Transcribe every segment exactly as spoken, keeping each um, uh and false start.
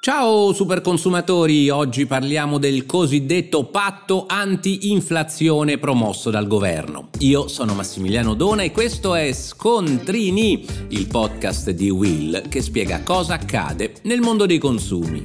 Ciao superconsumatori, oggi parliamo del cosiddetto patto anti-inflazione promosso dal governo. Io sono Massimiliano Dona e questo è Scontrini, il podcast di Will che spiega cosa accade nel mondo dei consumi.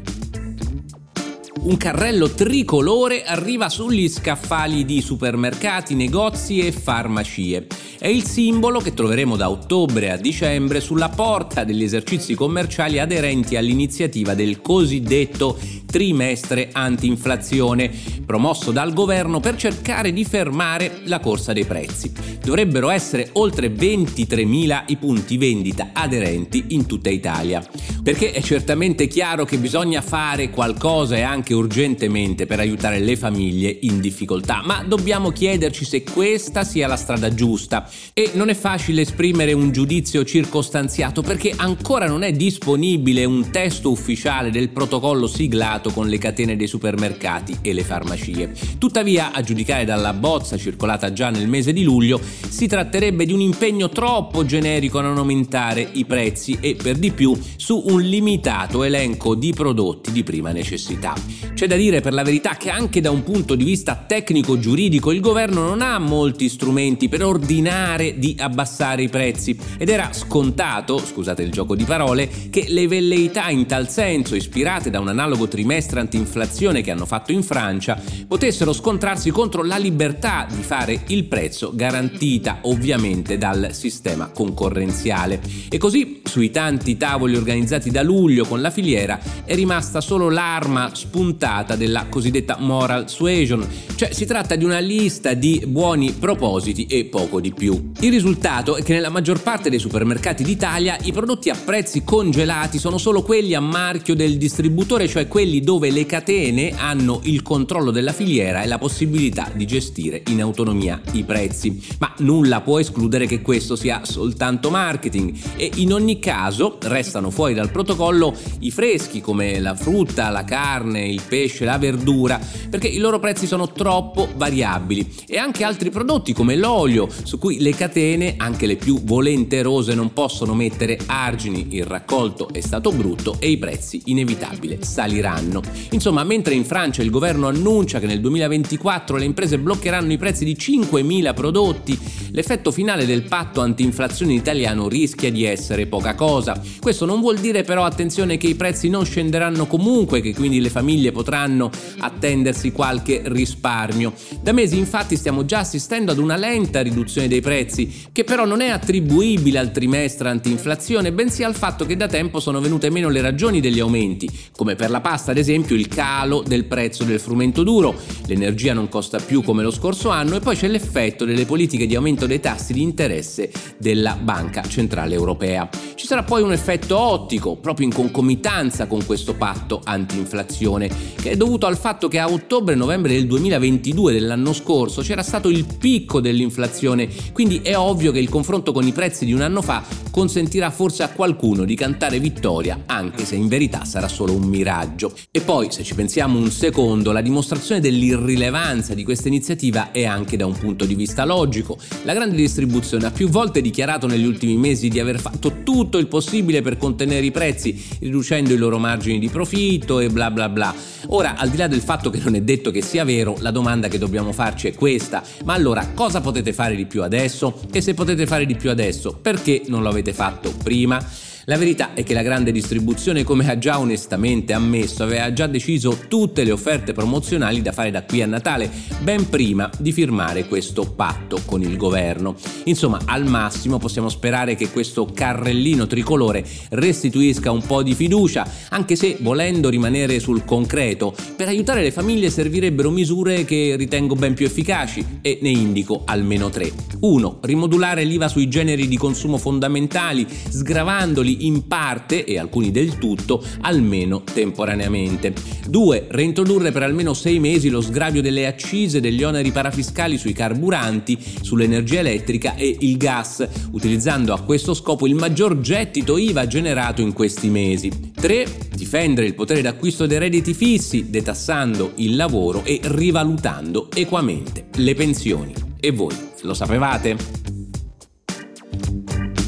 Un carrello tricolore arriva sugli scaffali di supermercati, negozi e farmacie. È il simbolo che troveremo da ottobre a dicembre sulla porta degli esercizi commerciali aderenti all'iniziativa del cosiddetto trimestre anti-inflazione, promosso dal governo per cercare di fermare la corsa dei prezzi. Dovrebbero essere oltre ventitremila i punti vendita aderenti in tutta Italia. Perché è certamente chiaro che bisogna fare qualcosa e anche urgentemente per aiutare le famiglie in difficoltà, ma dobbiamo chiederci se questa sia la strada giusta. E non è facile esprimere un giudizio circostanziato perché ancora non è disponibile un testo ufficiale del protocollo siglato con le catene dei supermercati e le farmacie. Tuttavia, a giudicare dalla bozza circolata già nel mese di luglio, si tratterebbe di un impegno troppo generico a non aumentare i prezzi e per di più su un limitato elenco di prodotti di prima necessità. C'è da dire per la verità che anche da un punto di vista tecnico-giuridico il governo non ha molti strumenti per ordinare di abbassare i prezzi ed era scontato, scusate il gioco di parole, che le velleità in tal senso, ispirate da un analogo trimestre antinflazione che hanno fatto in Francia, potessero scontrarsi contro la libertà di fare il prezzo garantita ovviamente dal sistema concorrenziale. E così sui tanti tavoli organizzati da luglio con la filiera è rimasta solo l'arma spuntata della cosiddetta moral suasion, cioè si tratta di una lista di buoni propositi e poco di più. Il risultato è che nella maggior parte dei supermercati d'Italia i prodotti a prezzi congelati sono solo quelli a marchio del distributore, cioè quelli dove le catene hanno il controllo della filiera e la possibilità di gestire in autonomia i prezzi. Ma nulla può escludere che questo sia soltanto marketing e in ogni caso restano fuori dal protocollo i freschi come la frutta, la carne, il pesce, la verdura, perché i loro prezzi sono troppo variabili, e anche altri prodotti come l'olio, su cui le catene, anche le più volenterose, non possono mettere argini. Il raccolto è stato brutto e i prezzi inevitabile saliranno. Insomma, mentre in Francia il governo annuncia che nel duemilaventiquattro le imprese bloccheranno i prezzi di cinquemila prodotti, l'effetto finale del patto antinflazione italiano rischia di essere poca cosa. Questo non vuol dire però, attenzione, che i prezzi non scenderanno comunque, che quindi le famiglie potranno attendersi qualche risparmio. Da mesi infatti stiamo già assistendo ad una lenta riduzione dei prezzi, che però non è attribuibile al trimestre antinflazione, bensì al fatto che da tempo sono venute meno le ragioni degli aumenti, come per la pasta ad esempio il calo del prezzo del frumento duro, l'energia non costa più come lo scorso anno, e poi c'è l'effetto delle politiche di aumento dei tassi di interesse della Banca Centrale Europea. Ci sarà poi un effetto ottico proprio in concomitanza con questo patto antinflazione, che è dovuto al fatto che a ottobre-novembre del duemilaventidue dell'anno scorso c'era stato il picco dell'inflazione, quindi è ovvio che il confronto con i prezzi di un anno fa consentirà forse a qualcuno di cantare vittoria, anche se in verità sarà solo un miraggio. E poi, se ci pensiamo un secondo, la dimostrazione dell'irrilevanza di questa iniziativa è anche da un punto di vista logico. La grande distribuzione ha più volte dichiarato negli ultimi mesi di aver fatto tutto il possibile per contenere i prezzi, riducendo i loro margini di profitto e bla bla bla. Ora, al di là del fatto che non è detto che sia vero, la domanda che dobbiamo farci è questa: ma allora cosa potete fare di più adesso? E se potete fare di più adesso, perché non lo avete fatto prima? La verità è che la grande distribuzione, come ha già onestamente ammesso, aveva già deciso tutte le offerte promozionali da fare da qui a Natale, ben prima di firmare questo patto con il governo. Insomma, al massimo possiamo sperare che questo carrellino tricolore restituisca un po' di fiducia, anche se, volendo rimanere sul concreto, per aiutare le famiglie servirebbero misure che ritengo ben più efficaci, e ne indico almeno tre. uno. Rimodulare l'I V A sui generi di consumo fondamentali, sgravandoli in parte, e alcuni del tutto, almeno temporaneamente. due. Reintrodurre per almeno sei mesi lo sgravio delle accise degli oneri parafiscali sui carburanti, sull'energia elettrica e il gas, utilizzando a questo scopo il maggior gettito I V A generato in questi mesi. tre. Difendere il potere d'acquisto dei redditi fissi, detassando il lavoro e rivalutando equamente le pensioni. E voi lo sapevate?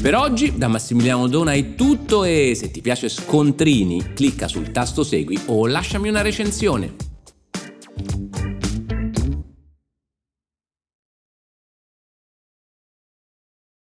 Per oggi da Massimiliano Dona è tutto e se ti piace Scontrini clicca sul tasto segui o lasciami una recensione.